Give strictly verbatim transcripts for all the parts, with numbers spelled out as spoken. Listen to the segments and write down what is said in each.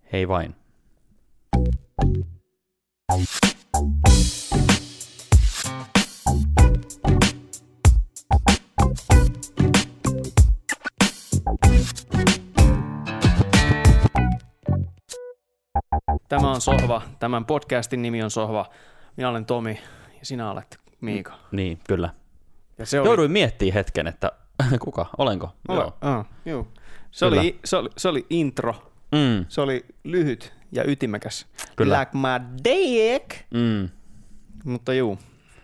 Hei vain. Tämä on Sohva. Tämän podcastin nimi on Sohva. Minä olen Tomi ja sinä olet Miika. Niin, kyllä. Ja se oli... Jouduin miettimään hetken, että kuka, olenko? Ole. Joo. Ah, joo. Se, oli, se, oli, se oli intro. Mm. Se oli lyhyt ja ytimekäs. Kyllä. Like my dick. Mm. Mutta juu.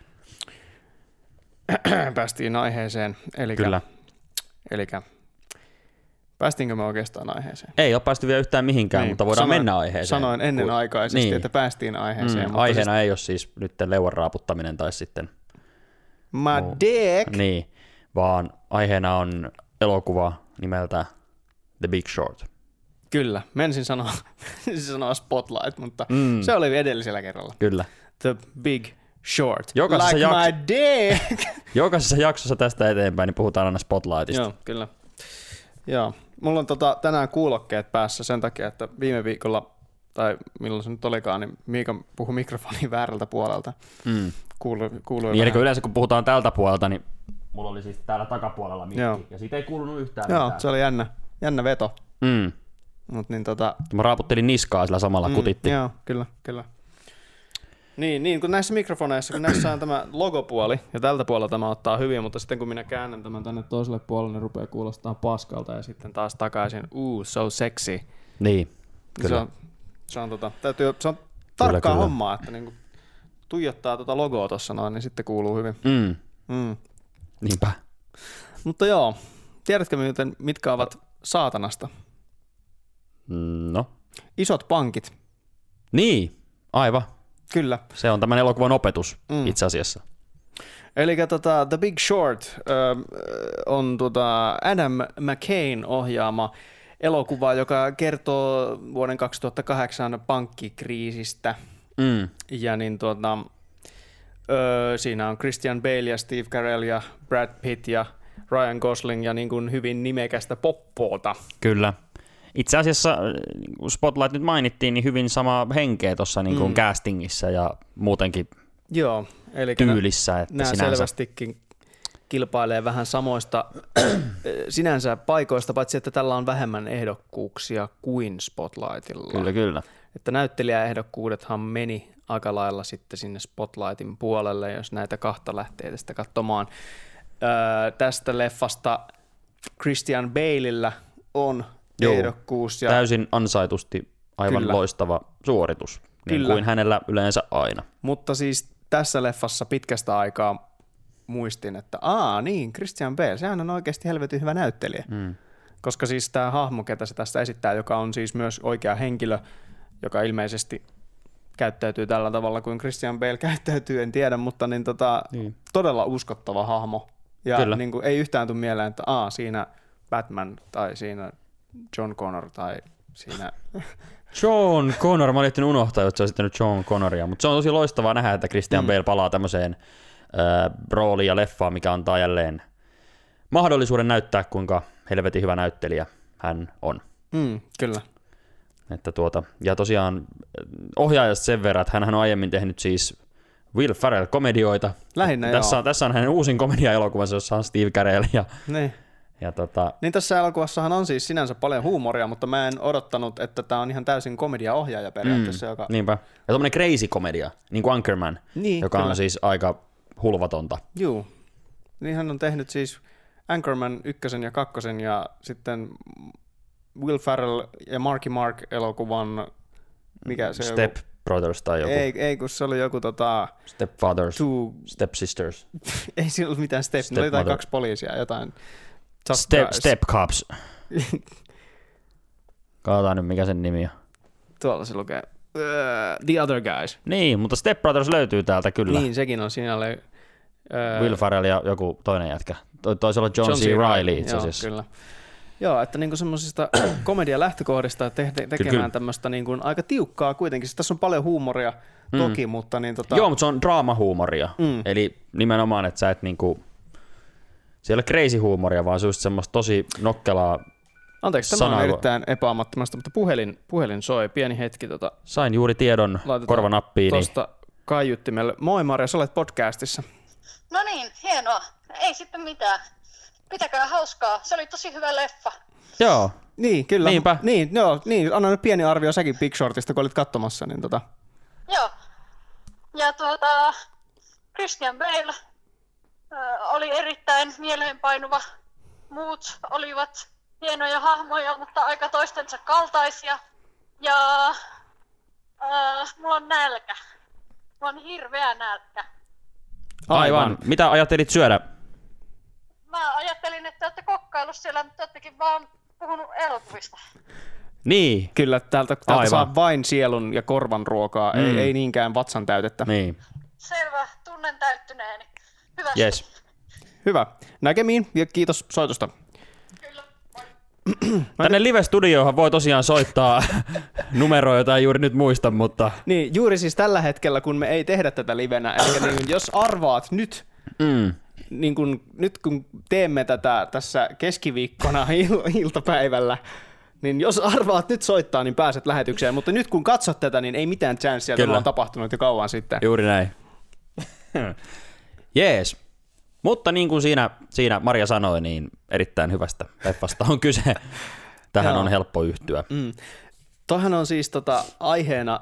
Päästiin aiheeseen. Elikkä, Kyllä. Elikkä, päästiinkö me oikeastaan aiheeseen? Ei ole päästy vielä yhtään mihinkään, Niin. mutta voidaan Sanoin- mennä aiheeseen. Sanoin ennen Kun- aikaisesti, niin. että päästiin aiheeseen. Mm, mutta aiheena siis, ei ole siis nyt leuan raaputtaminen tai sitten, my Oh. dick. niin, vaan aiheena on elokuva nimeltä The Big Short. Kyllä. Mensin sanoa, mensin sanoa Spotlight, mutta Mm. se oli edellisellä kerralla. Kyllä. The Big Short. Jokaisessa like jakso- my dick. Jokaisessa jaksossa tästä eteenpäin niin puhutaan aina Spotlightista. Joo, kyllä. Joo. Mulla on tota, tänään kuulokkeet päässä sen takia, että viime viikolla, tai milloin se nyt olikaan, niin Miika puhui mikrofoniin väärältä puolelta. Mm. Kuului, kuului Niin, eli vähän. kun yleensä kun puhutaan tältä puolelta, niin mulla oli siis täällä takapuolella Joo. mikki, ja siitä ei kuulunut yhtään Joo, mitään. se oli jännä, jännä veto. Mm. Mut niin tota, Mä raaputtelin niskaa sillä samalla, mm, kutitti. Joo, kyllä, kyllä. Niin, niin, kun näissä mikrofoneissa, kun näissä on tämä logopuoli, ja tältä puolelta tämä ottaa hyvin, mutta sitten kun minä käännän tämän tänne toiselle puolelle, niin rupeaa kuulostaa paskalta, ja sitten taas takaisin, ooh, so sexy. Niin, Se kyllä. on, se on, tota, täytyy, se on tarkkaa kyllä. hommaa, että niinku tuijottaa tuota logoa tuossa noin, niin sitten kuuluu hyvin. Mm. Mm. Niinpä. Mutta joo, tiedätkö miten, mitkä ovat saatanasta? Mm, No. Isot pankit, Niin, aivan. kyllä. Se on tämän elokuvan opetus Mm. itse asiassa. Eli tota, The Big Short ö, on tota Adam McKayn ohjaama elokuva, joka kertoo vuoden kaksituhattakahdeksan pankkikriisistä. Mm. Ja niin tuota, ö, siinä on Christian Bale ja Steve Carell ja Brad Pitt ja Ryan Gosling ja niin kuin hyvin nimekästä poppoota. Kyllä. Itse asiassa, kun Spotlight nyt mainittiin, niin hyvin sama henkeä tuossa niin kuin Mm. castingissa ja muutenkin Joo, eli tyylissä. Että nämä sinänsä. selvästikin kilpailee vähän samoista sinänsä paikoista, paitsi että tällä on vähemmän ehdokkuuksia kuin Spotlightilla. Kyllä, kyllä. Että näyttelijäehdokkuudethan meni aika lailla sitten sinne Spotlightin puolelle, jos näitä kahta lähtee tästä katsomaan. Öö, tästä leffasta Christian Baleillä on Joo, ehdokkuus. Ja Täysin ansaitusti aivan Kyllä. loistava suoritus, niin Kyllä. kuin hänellä yleensä aina. Mutta siis tässä leffassa pitkästä aikaa muistin, että aa niin, Christian Bale, sehän on oikeasti helvetin hyvä näyttelijä. Mm. Koska siis tämä hahmo, ketä se tässä esittää, joka on siis myös oikea henkilö, joka ilmeisesti käyttäytyy tällä tavalla kuin Christian Bale käyttäytyy, en tiedä, mutta niin tota, Niin. todella uskottava hahmo. Ja Kyllä. niin kuin ei yhtään tule mieleen, että aa, siinä Batman tai siinä John Connor tai siinä... John Connor, mä olin ehtinyt unohtaa, että se on esittänyt John Connoria, mutta se on tosi loistavaa nähdä, että Christian Mm. Bale palaa tämmöiseen äh, rooliin ja leffaan, mikä antaa jälleen mahdollisuuden näyttää, kuinka helvetin hyvä näyttelijä hän on. Mm, kyllä. Että tuota, ja tosiaan ohjaajasta sen verran, että hän on aiemmin tehnyt siis Will Ferrell-komedioita. Lähinnä Tässä joo. on, tässä on hänen uusin komedia-elokuvansa, jossa on Steve Carell. Ja, Niin. ja tota, Niin tässä elokuvassahan on siis sinänsä paljon huumoria, mutta mä en odottanut, että tämä on ihan täysin komediaohjaaja periaatteessa. mm, Joka... niinpä. Ja tommonen crazy komedia, niin kuin Anchorman, Niin, joka kyllä. on siis aika hulvatonta. Juu. Niin hän on tehnyt siis Anchorman ykkösen ja kakkosen ja sitten Will Ferrell ja Marky Mark elokuvan, mikä se Step joku... Brothers tai joku. Ei, ei, kun se oli joku tota... Step Fathers, Two... Step Sisters, Ei siinä ollut mitään step, Step oli jotain mother. kaksi poliisia, jotain... Just Step, Guys. Step Cops. Katsotaan nyt, mikä sen nimi on. Tuolla se lukee. Uh, the Other Guys. Niin, mutta Step Brothers löytyy täältä kyllä. Niin, sekin on siinä oli... Uh, Will Ferrell ja joku toinen jätkä. To- Taisi olla John, John C. C. Reilly itse asiassa. Joo, kyllä. Joo, että niinku semmoisista komedian lähtökohdista te- te- tekemään kyllä. tämmöistä niinku aika tiukkaa kuitenkin. Siis tässä on paljon huumoria toki, mm. mutta niin tota... Joo, mutta se on draamahuumoria. Mm. Eli nimenomaan, että sä et niinku... Se ei ole crazy huumoria, vaan se on just semmoista tosi nokkelaa Anteeksi, tämä Sanailu. on erittäin epäammattimasta, mutta puhelin, puhelin soi. Pieni hetki. Tota, Sain juuri tiedon korvanappiin. Tuosta kaiuttimelle. Moi Marja, sä olet podcastissa. No niin, hienoa. Ei sitten mitään. Pitäkää hauskaa. Se oli tosi hyvä leffa. Joo. Niin, kyllä. Niinpä. Niin, joo, niin, anna nyt pieni arvio säkin Big Shortista, kun olit katsomassa. Niin tota. Joo. Ja tuota, Christian Bale äh, oli erittäin mieleenpainuva. Muut olivat hienoja hahmoja, mutta aika toistensa kaltaisia. Ja äh, mulla on nälkä. Mulla on hirveä nälkä. Aivan. Mitä ajattelit syödä? Mä ajattelin, että olette kokkaillut siellä, mutta olettekin vaan puhunut elokuvista. Niin. Kyllä, täältä, täältä saa vain sielun ja korvan ruokaa, mm. ei, ei niinkään vatsan täytettä. Niin. Selvä, tunnen täyttyneeni. Hyvä. Yes. Hyvä. Näkemiin ja kiitos soitosta. Kyllä. Tänne live-studioon voi tosiaan soittaa numeroa, jota ei juuri nyt muista, mutta... Niin, juuri siis tällä hetkellä, kun me ei tehdä tätä livenä, eli niin, jos arvaat nyt, mm. niin kun, nyt kun teemme tätä tässä keskiviikkona il- iltapäivällä, niin jos arvaat nyt soittaa, niin pääset lähetykseen, mutta nyt kun katsot tätä, niin ei mitään chanssia, että on tapahtunut jo kauan sitten. Juuri näin. Jees. Mutta niin kuin siinä, siinä Marja sanoi, niin erittäin hyvästä leffasta on kyse. Tähän on helppo yhtyä. Mm. Toihan on siis tota, aiheena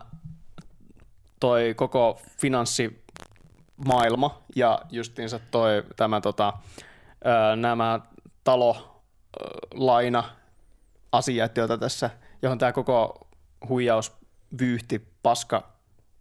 toi koko finanssimaailma ja justiinsa toi tämä tota, ö, nämä talolaina asiat, joita tässä, johon tämä koko huijausvyyhti, paska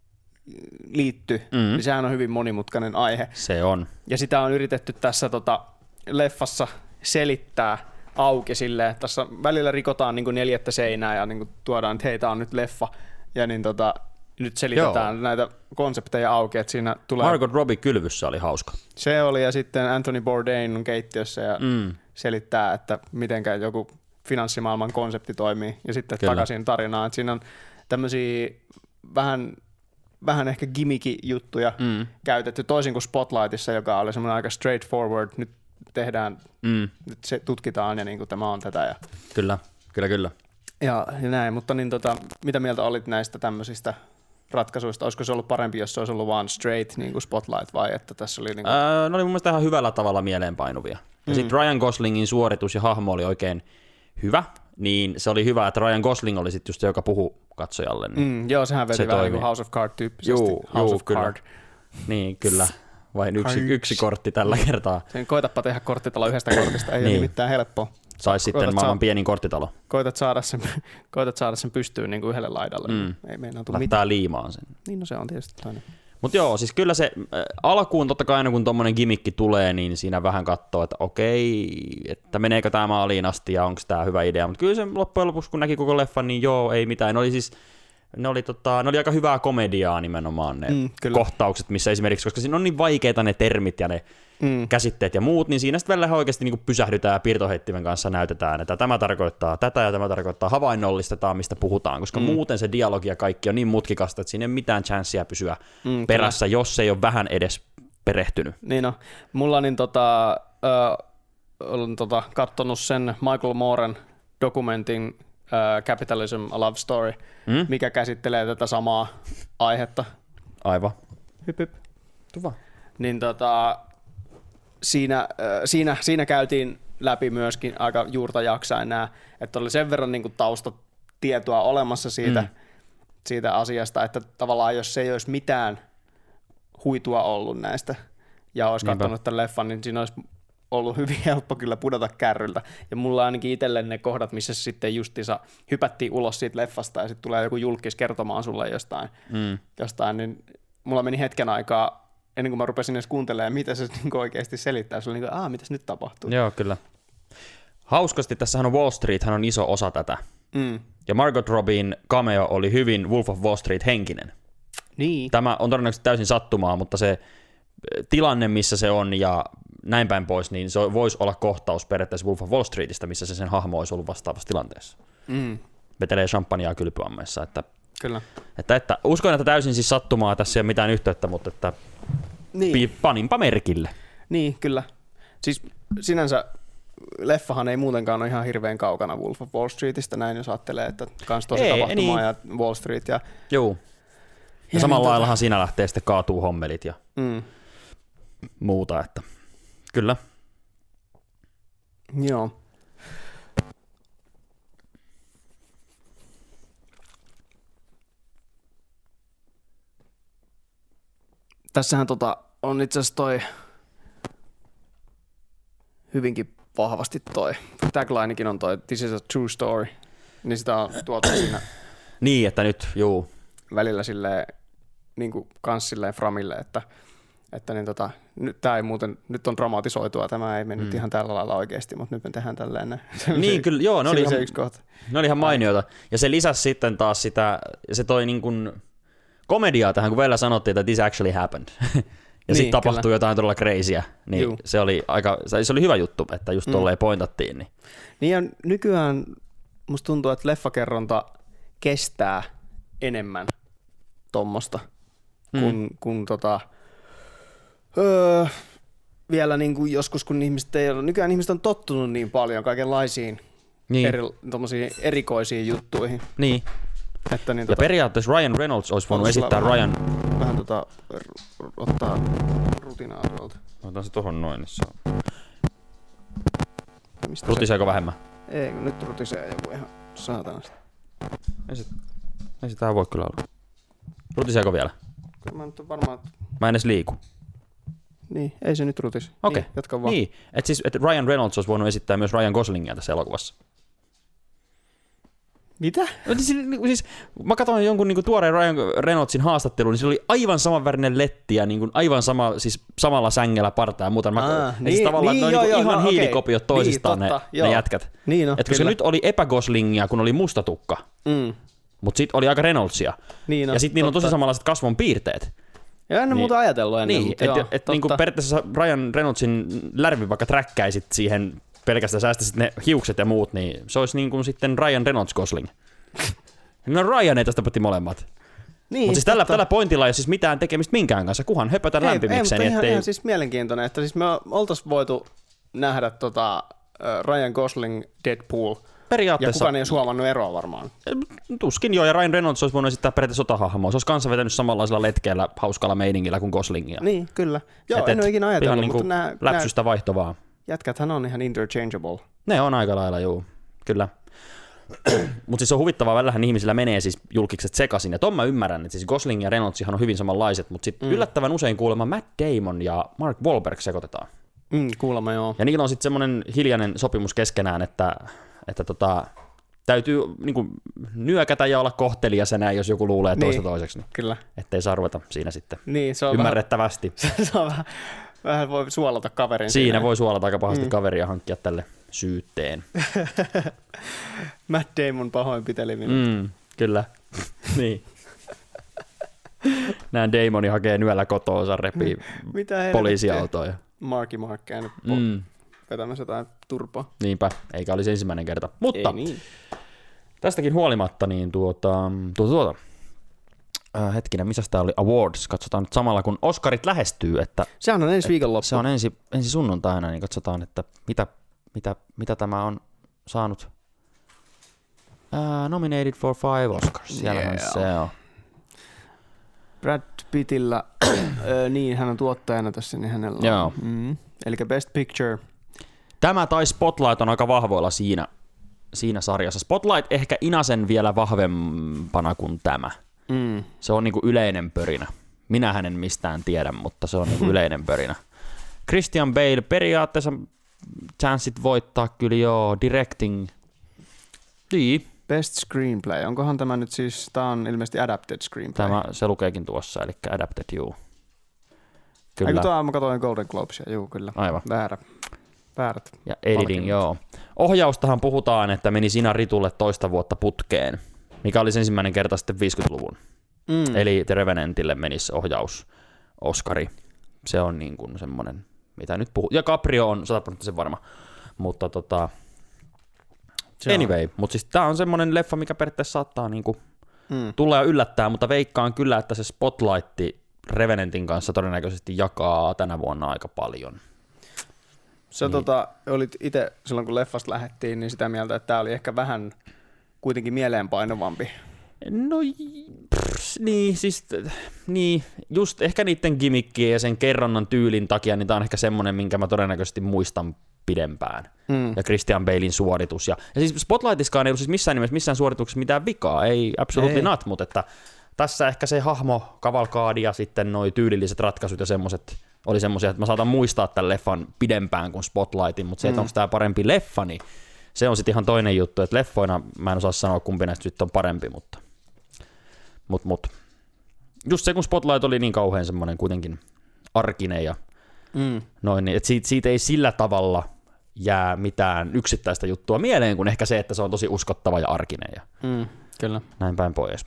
liittyy, mm. niin sehän on hyvin monimutkainen aihe. Se on. Ja sitä on yritetty tässä tota, leffassa selittää auki silleen, että tässä välillä rikotaan niin kuin neljättä seinää ja niin kuin tuodaan, että hei, tää on nyt leffa, ja niin tota, nyt selitetään Joo. näitä konsepteja auki, että siinä tulee... Margot Robbie kylvyssä oli hauska. Se oli, ja sitten Anthony Bourdain on keittiössä ja mm. selittää, että mitenkä joku finanssimaailman konsepti toimii, ja sitten Kyllä. takaisin tarinaan. Että siinä on tämmöisiä vähän... vähän ehkä gimmicky-juttuja mm. käytetty, toisin kuin Spotlightissa, joka oli semmoinen aika straightforward, nyt tehdään, mm. nyt se tutkitaan ja niin kuin tämä on tätä. Ja, kyllä, kyllä, kyllä. Ja, ja näin, mutta niin tota, mitä mieltä olit näistä tämmöisistä ratkaisuista? Olisiko se ollut parempi, jos se olisi ollut vaan straight niin kuin Spotlight, vai että tässä oli... Niin kuin... öö, ne oli mun mielestä ihan hyvällä tavalla mieleenpainuvia. Ja mm. sitten Ryan Goslingin suoritus ja hahmo oli oikein hyvä, niin se oli hyvä, että Ryan Gosling oli sitten just se, joka puhui katsojalle. Niin mm, joo, sehän veti se vähän niin kuin House of Card-tyyppisesti. Juu, House juu, of kyllä. Card. Niin, kyllä. Vain yksi, yksi kortti tällä kertaa. Sen koitapa tehdä korttitalo yhdestä kortista, ei niin. ole nimittäin helppoa. Tai sitten maailman saa... pienin korttitalo. Koitat saada sen, koitat saada sen pystyyn niin kuin yhdelle laidalle. Mm. Ei meinaa tule mitään. Liimaan sen. Niin, no se on tietysti toinen. Mutta joo, siis kyllä se äh, alkuun totta kai aina kun tommonen gimikki tulee, niin siinä vähän katsoo, että okei, että meneekö tämä maaliin asti ja onko tämä hyvä idea. Mutta kyllä se loppujen lopuksi, kun näki koko leffan, niin joo, ei mitään. Ne oli siis, ne oli, tota, ne oli aika hyvää komediaa nimenomaan ne mm, kohtaukset, missä esimerkiksi, koska siinä on niin vaikeita ne termit ja ne mm. käsitteet ja muut, niin siinä sitten välillä oikeasti niin pysähdytään ja piirtoheittimen kanssa näytetään, että tämä tarkoittaa tätä ja tämä tarkoittaa havainnollistetaan, mistä puhutaan, koska mm. muuten se dialogi ja kaikki on niin mutkikasta, että siinä ei ole mitään chanssia pysyä mm, perässä, kyllä. jos ei ole vähän edes perehtynyt. Niin no, mulla niin tota, äh, olen tota, katsonut sen Michael Mooren dokumentin uh, Capitalism A Love Story, mm? mikä käsittelee tätä samaa aihetta. Aivan. Hyp, hyp. Tuva. Niin tota, siinä, uh, siinä, siinä käytiin läpi myöskin aika juurta jaksain nämä, että oli sen verran niin kuin taustatietoa olemassa siitä, mm. siitä asiasta, että tavallaan jos ei olisi mitään huitua ollut näistä ja olisi Niinpä. katsonut tämän leffan, niin siinä olisi ollut hyvin helppo kyllä pudota kärryltä. Ja mulla ainakin itselle ne kohdat, missä sitten justiinsa hypättiin ulos siitä leffasta ja sitten tulee joku julkis kertomaan sulle jostain, mm. jostain, niin mulla meni hetken aikaa ennen kuin mä rupesin edes kuuntelemaan, mitä se niin oikeasti selittää. Se oli niin kuin, aah, mitäs nyt tapahtuu? Joo, kyllä. Hauskasti, tässähän on Wall Street, hän on iso osa tätä. Mm. Ja Margot Robbien cameo oli hyvin Wolf of Wall Street henkinen. Niin. Tämä on todennäköisesti täysin sattumaa, mutta se tilanne, missä se on ja näin päin pois, niin se voisi olla kohtaus periaatteessa Wolf of Wall Streetistä, missä se sen hahmo olisi ollut vastaavassa tilanteessa. Mm. Vetelee champagnea kylpyammeessa. Että, Kyllä. Että, että, uskon, että täysin siis sattumaa, tässä ei ole mitään yhteyttä, mutta että niin. paninpa merkille. Niin, kyllä. Siis sinänsä leffahan ei muutenkaan ole ihan hirveän kaukana Wolf of Wall Streetistä, näin jos ajattelee, että kans tosi ei, tapahtuma niin. ja Wall Street. Ja, Joo. Ja, ja samalla niin laillahan tota... siinä lähtee sitten kaatuu hommelit ja mm. muuta, että kyllä. Joo. Tässähän tota, on itse asiassa toi hyvinkin vahvasti toi. Taglinekin on toi This is a true story. Niin sitä on tuotu siinä. Niin, että nyt, juu. Välillä silleen, niin kuin kans silleen framille, että, että niin tota, nyt, tää ei muuten, nyt on dramatisoitua, tämä ei mennyt mm. ihan tällä lailla oikeasti, mutta nyt me tehdään tälleen. Niin, kyllä, joo, ne oli, ihan, yksi kohta. ne oli ihan mainioita. Ja se lisäsi sitten taas sitä, se toi niin kuin komediaa tähän, kun vielä sanottiin, että this actually happened. Ja niin, sitten tapahtui kyllä. jotain todella crazyä, niin Juu. se oli aika, se oli hyvä juttu, että just tolleen mm. pointattiin. Niin. niin ja nykyään musta tuntuu, että leffakerronta kestää enemmän tommosta, mm. kun, kun tota, öö, vielä niin kuin joskus, kun ihmiset ei ole, nykyään ihmiset on tottunut niin paljon kaikenlaisiin niin. eri, tommosiin erikoisiin juttuihin. Niin. Että niin, ja tota, periaatteessa Ryan Reynolds olisi voinut esittää vähän, Ryan... Vähän tota, ottaa rutinaa tuolta. Otan se tohon noin, niin se on. Rutiseeko vähemmän? Ei, nyt rutisee joku ihan saatanasti. Ei se, ei se tähän voi kyllä olla. Rutiseeko vielä? Kyllä mä nyt varmaan... Mä en edes liiku. Niin, ei se nyt rutisi. Okei. Niin, jatka vaan. Niin, että siis et Ryan Reynolds olisi voinut esittää myös Ryan Goslingia tässä elokuvassa. Mitä? Siis, siis, mä katsoin jonkun niin kuin, tuoreen Ryan Reynoldsin haastattelun, niin sillä oli aivan samanvärinen letti ja niin kuin, aivan sama, siis samalla sängellä parta ja muuta. Mä, Aa, niin, siis tavallaan, niin, joo, niin joo, ihan no, hiilikopiot okay. toisistaan niin, totta, ne, ne jätkät. Niin, no, et koska nyt oli epägoslingia, kun oli mustatukka, mm. mutta sitten oli aika Reynoldsia. Niin, no, ja sitten niillä on tosi samanlaiset kasvon piirteet. Ja en niin, muuta ajatellut ennen. Niin, että et, niin periaatteessa Ryan Reynoldsin lärvi vaikka träkkäisit siihen pelkästään säästäisit ne hiukset ja muut, niin se olisi niin kuin sitten Ryan Reynolds Gosling. No Ryan ei tästä poti molemmat. Niin, mutta siis tällä, tällä pointilla ei ole siis mitään tekemistä minkään kanssa, kunhan höpötän lämpimikseen. Ei, mutta ihan, ihan siis mielenkiintoinen, että siis me oltaisiin voitu nähdä tota, Ryan Gosling Deadpool. Periaatteessa. Ja kukaan ei olisi huomannut eroa varmaan. Tuskin joo, ja Ryan Reynolds olisi voinut esittää periaatteessa sotahahmoa. Se olisi kanssa vetänyt samanlaisella letkeellä, hauskalla meiningillä kuin Goslingia. Niin, kyllä. Joo, et, en ole ikinä ajatellut, mutta niin nämä... läpsystä vaihtovaa. Jätkäthän on ihan interchangeable. Ne on aika lailla, juu. Kyllä. Mutta siis on huvittavaa, välillähän ihmisillä menee siis julkikset sekaisin, ja ton mä ymmärrän, että siis Gosling ja Reynoldsihan on hyvin samanlaiset, mutta sitten mm. yllättävän usein kuulemma Matt Damon ja Mark Wahlberg sekoitetaan. Mm, kuulemma joo. Ja niillä on sitten semmoinen hiljainen sopimus keskenään, että, että tota, täytyy niinku nyökätä ja olla kohteliaisena, jos joku luulee toista niin, toiseksi. Niin, kyllä. Ettei saa ruveta siinä sitten niin, se on ymmärrettävästi. Vähän, se on vähän, vähän voi suolata kaverin. Siinä, siinä voi suolata aika pahasti mm. kaveria hankkia tälle syytteen. Matt Damon pahoinpiteli minut. Mm, kyllä. niin. Näin Damoni hakee yöllä kotoonsa, repii poliisiautoja. Marky Mark käynyt mm. vetämässä jotain turpaa. Niinpä, eikä olisi ensimmäinen kerta. Mutta niin. tästäkin huolimatta, niin tuota, tuota, tuota äh, hetkinen, missä tämä oli? Awards. Katsotaan nyt samalla, kun Oscarit lähestyy. Että, Sehän on ensi viikonloppu. Se on ensi, ensi sunnuntaina, niin katsotaan, että mitä, mitä, mitä tämä on saanut. Uh, nominated for five Oscars. Siellähän yeah. se on. Brad Pittillä, niin hän on tuottajana tässä, niin hänellä on. Joo. Mm. Eli Best Picture. Tämä tai Spotlight on aika vahvoilla siinä, siinä sarjassa. Spotlight ehkä inasen vielä vahvempana kuin tämä. Mm. Se on niinku yleinen pörinä. Minähän en mistään tiedä, mutta se on niinku yleinen pörinä. Christian Bale periaatteessa chanssit voittaa kyllä joo. Directing. Niin. Best Screenplay. Onkohan tämä nyt siis, tämä on ilmeisesti Adapted Screenplay. Tämä, se lukeekin tuossa, eli Adapted, juu. Kyllä. Eikö tuo, mä katsoin Golden Globesia, juu kyllä. Aivan. Väärä. Väärät. Ja editing, joo. Ohjaustahan puhutaan, että meni Sina Ritulle toista vuotta putkeen, mikä olisi ensimmäinen kerta sitten viisikymmentäluvun. Mm. Eli The Revenantille menisi ohjaus Oscari. Se on niin kuin semmoinen, mitä nyt puhuu. Ja Caprio on sataprosenttisen varma, mutta tota... Anyway, mutta siis tää on semmonen leffa, mikä periaatteessa saattaa niinku mm. tulla ja yllättää, mutta veikkaan kyllä, että se Spotlight Revenantin kanssa todennäköisesti jakaa tänä vuonna aika paljon. Sä niin. tota, olit itse silloin, kun leffasta lähdettiin, niin sitä mieltä, että tää oli ehkä vähän kuitenkin mieleenpainovampi. No pff, niin, siis niin, just ehkä niiden gimmikkien ja sen kerronnan tyylin takia, niin tää on ehkä semmonen, minkä mä todennäköisesti muistan pidempään. Mm. Ja Christian Balein suoritus. Ja, ja siis Spotlightiskaan ei ollut siis missään nimessä missään suorituksessa mitään vikaa, ei absolutely not, mutta että tässä ehkä se hahmo, kavalkaadi ja sitten noi tyylilliset ratkaisut ja semmoset oli semmoisia, että mä saatan muistaa tämän leffan pidempään kuin Spotlightin, mutta se, että mm. onko tää parempi leffa, niin se on sitten ihan toinen juttu, että leffoina mä en osaa sanoa, kumpi näistä sitten on parempi, mutta mut, mut. Just se, kun Spotlight oli niin kauhean semmoinen kuitenkin arkinen ja mm. noin, niin että siitä, siitä ei sillä tavalla jää mitään yksittäistä juttua mieleen, kuin ehkä se, että se on tosi uskottava ja arkinen ja mm, kyllä. näin päin pois.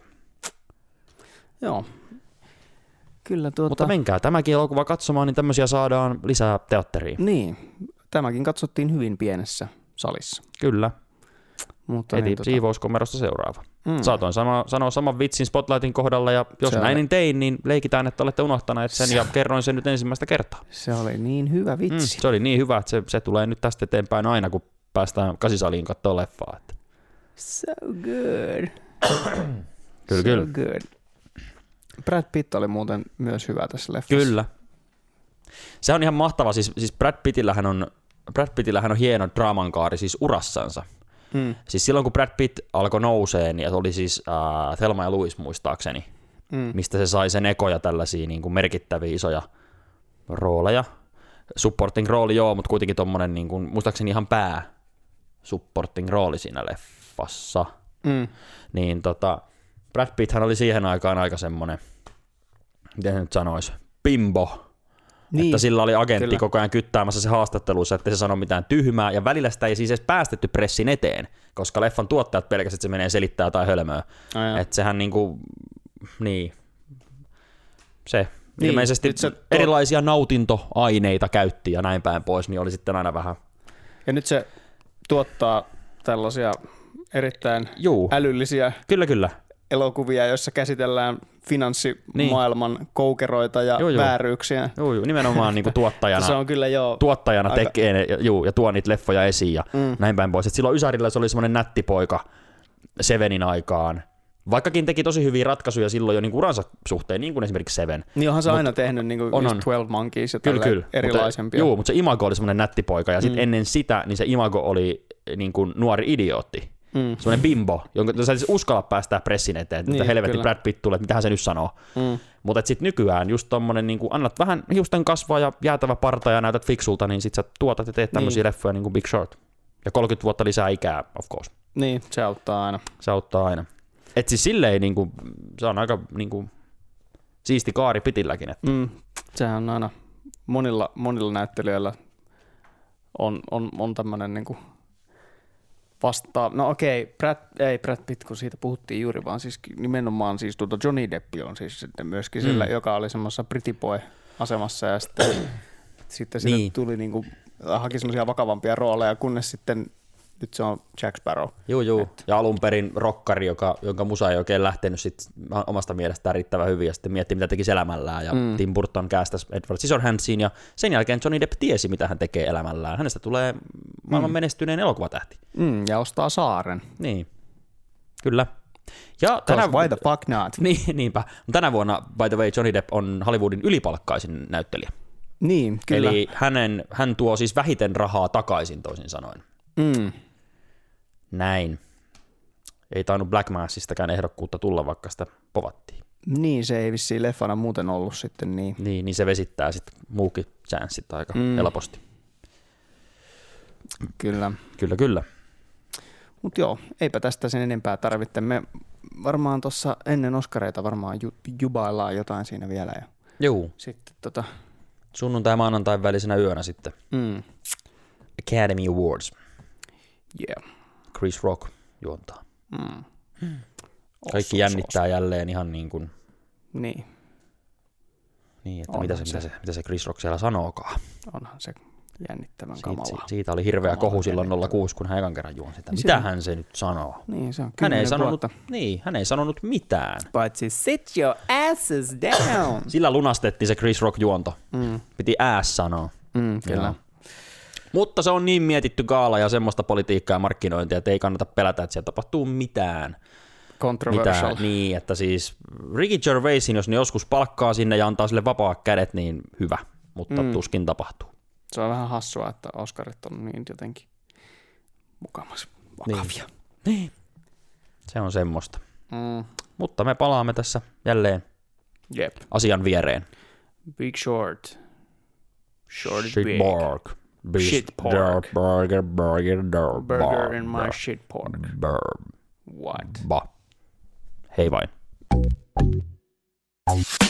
Joo. Kyllä tuota... Mutta menkää tämäkin elokuva katsomaan, niin tämmöisiä saadaan lisää teatteriin. Niin, tämäkin katsottiin hyvin pienessä salissa. Kyllä. Mutta heti niin, tota... siivouskomerosta seuraava. Mm. Saatoin sama, sanoa saman vitsin Spotlightin kohdalla, ja jos se näin oli... tein, niin leikitään, että olette unohtaneet sen, se... ja kerroin sen nyt ensimmäistä kertaa. Se oli niin hyvä vitsi. Mm, se oli niin hyvä, että se, se tulee nyt tästä eteenpäin aina, kun päästään kasisaliin katsoa leffaa. Että... So good. kyllä, so kyllä. good. Brad Pitt oli muuten myös hyvä tässä leffassa. Kyllä. Se on ihan mahtava, siis, siis Brad Pittillähän on, Brad Pittillähän on hieno draamankaari siis urassansa. Mm. Siis silloin kun Brad Pitt alkoi nousee, niin oli siis äh, Thelma ja Louise muistaakseni, mm. mistä se sai sen ekoja tällaisia niin kuin merkittäviä isoja rooleja. Supporting rooli joo, mutta kuitenkin tommonen niin kuin, muistaakseni ihan pää supporting rooli siinä leffassa. Mm. Niin tota, Brad Pitthän oli siihen aikaan aika semmonen, miten se nyt sanoisi, bimbo. Niin, että sillä oli agentti kyllä. koko ajan kyttäämässä se haastattelussa, että se sano mitään tyhmää, ja välillä sitä ei siis edes päästetty pressin eteen, koska leffan tuottajat pelkästään, että se menee selittää tai hölmöä. Oh, että sehän niinku, niin, se niin, ilmeisesti se tuot... erilaisia nautintoaineita käytti ja näin päin pois, niin oli sitten aina vähän. Ja nyt se tuottaa tällaisia erittäin Juu. älyllisiä kyllä, kyllä. elokuvia, joissa käsitellään finanssimaailman niin. koukeroita ja joo, joo. vääryyksiä. Joo, joo. Nimenomaan niin kuin tuottajana, se on kyllä jo tuottajana aika... tekee joo, ja tuo niitä leffoja esiin ja mm. näin päin pois. Et silloin Ysärillä se oli semmoinen nätti poika Sevenin aikaan. Vaikkakin teki tosi hyviä ratkaisuja silloin jo niin kuin uransa suhteen, niin kuin esimerkiksi Seven. Niin onhan se Mut, aina tehnyt niin kuin on, on. twelve Monkeys ja kyllä, kyllä. erilaisempia. Mutta, joo, mutta se imago oli semmoinen nätti poika ja sitten mm. ennen sitä niin se imago oli niin kuin nuori idiootti. Mm. Semmoinen bimbo, jonka sä et uskalla päästää pressin eteen, että niin, helvetti kyllä. Brad Pitt tulee, että mitähän se nyt sanoo. Mm. Mutta sitten nykyään just tommonen, niin annat vähän hiusten kasvaa ja jäätävä parta ja näytät fiksulta, niin sit sä tuotat ja teet tämmöisiä niin. leffoja niin kuin Big Short. Ja kolmekymmentä vuotta lisää ikää, of course. Niin, se auttaa aina. Se auttaa aina. Et siis silleen, niin kuin, se on aika niin kuin, siisti kaari Pittilläkin. Että. Mm. Sehän on aina monilla, monilla näyttelijöillä on, on, on tämmöinen niin kuin vastaa, no okei, Brad, ei Brad Pitt, kun siitä puhuttiin juuri, vaan siis nimenomaan siis tuota Johnny Depp on siis sitten myöskin mm. sillä, joka oli semmoisessa pretty boy asemassa ja sitten, sitten niin. sille tuli niinku, haki semmoisia vakavampia rooleja, kunnes sitten nyt se on Jack Sparrow. Joo, joo. Et. Ja alun perin rokkari, joka, jonka musa ei oikein lähtenyt sit omasta mielestään riittävän hyvin ja sitten mietti, mitä tekisi elämällään. Ja mm. Tim Burton kästäsi Edward Scissorhandsiin ja sen jälkeen Johnny Depp tiesi, mitä hän tekee elämällään. Hänestä tulee maailman mm. menestyneen elokuvatähti. Mm, ja ostaa saaren. Niin, kyllä. Ja tänä... Why the fuck not? Niin, niinpä. Tänä vuonna, by the way, Johnny Depp on Hollywoodin ylipalkkaisin näyttelijä. Niin, kyllä. Eli hänen, hän tuo siis vähiten rahaa takaisin, toisin sanoen. Mm. Näin. Ei tainnut Black Massistäkään ehdokkuutta tulla, vaikka sitä povattiin. Niin, se ei vissiin leffana muuten ollut sitten niin. Niin, niin se vesittää sitten muukin chanssit aika mm. helposti. Kyllä. Kyllä, kyllä. Mut joo, eipä tästä sen enempää tarvitse. Me varmaan tuossa ennen Oscareita varmaan ju- jubaillaan jotain siinä vielä. Ja Juu. Sitten tota... Sunnuntai ja maanantain välisenä yönä sitten. Mm. Academy Awards. Yeah. Chris Rock juontaa. Mm. Hmm. Kaikki jännittää jälleen ihan niin kuin... Niin. Niin, että mitä se, se, mitä, se, mitä se Chris Rock siellä sanookaan. Onhan se jännittävän siitä, kamala. Siitä oli hirveä kamala kohu silloin nolla kuusi, kun hän ekan kerran juon sitä. Niin Mitähän se nyt sanoo? Niin, se on hän ei sanonut, niin, hän ei sanonut mitään. But to sit your asses down. Sillä lunastettiin se Chris Rock juonto. Mm. Piti ass sanoa. Mm, kyllä. Mutta se on niin mietitty gaala ja semmoista politiikkaa ja markkinointia, että ei kannata pelätä, että siellä tapahtuu mitään. Controversial. Mitään, niin, että siis Ricky Gervaisin, jos ne joskus palkkaa sinne ja antaa sille vapaat kädet, niin hyvä, mutta mm. tuskin tapahtuu. Se on vähän hassua, että Oscarit on niin jotenkin mukamas vakavia. Niin. niin. Se on semmoista. Mm. Mutta me palaamme tässä jälleen Jep. asian viereen. Big Short. Short shit big. Pork. Shit pork. Burger, burger, burger, burger in my shit pork. Burger. What? Ba. Hei vain.